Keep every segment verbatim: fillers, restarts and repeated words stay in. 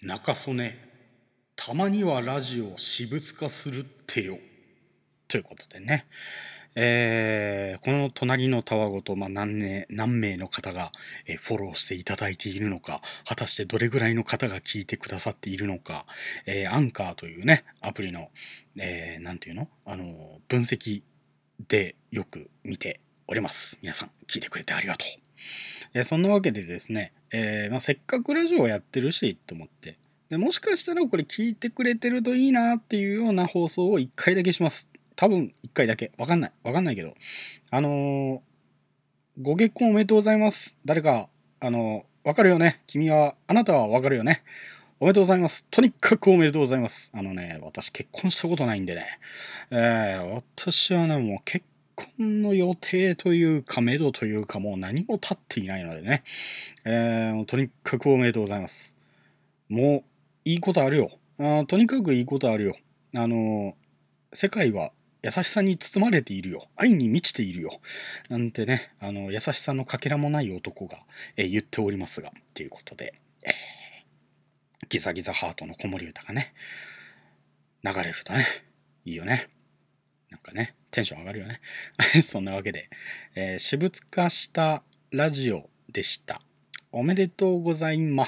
中曽根、たまにはラジオを私物化するってよ。ということでね、えーこの隣のたわごと、まあ、何名、何名の方が、えーフォローしていただいているのか、果たしてどれぐらいの方が聞いてくださっているのか、えーアンカーというね、アプリの、えーなんていうのあのー分析でよく見ております。皆さん、聞いてくれてありがとう。えーそんなわけでですね、えーまあ、せっかくラジオをやってるしと思って、でもしかしたらこれ聞いてくれてるといいなっていうような放送をいっかいだけします。多分いっかいだけ。わかんない。わかんないけど。あのーご結婚おめでとうございます。誰か、あのーわかるよね。君は、あなたはわかるよね。おめでとうございます。とにかくおめでとうございます。あのね、私結婚したことないんでね。えー私はね、もう結婚の予定というか、めどというか、もう何も立っていないのでね。えーとにかくおめでとうございます。もう、いいことあるよ。あーとにかくいいことあるよ。あのー世界は優しさに包まれているよ。愛に満ちているよ。なんてね、あの、優しさのかけらもない男が、えー言っておりますが、ということで、えーギザギザハートの子守歌がね、流れるとね、いいよね。なんかね、テンション上がるよね。そんなわけで、えー私物化したラジオでした。おめでとうございます。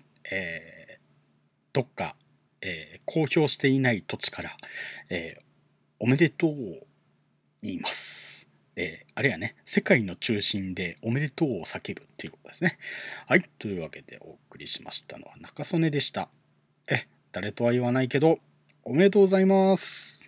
えーどっか、えー公表していない土地から、えーおめでとうを言います。えーあれやね、世界の中心でおめでとうを叫ぶっていうことですね。はい、というわけでお送りしましたのは中曽根でした。え、誰とは言わないけど、おめでとうございます。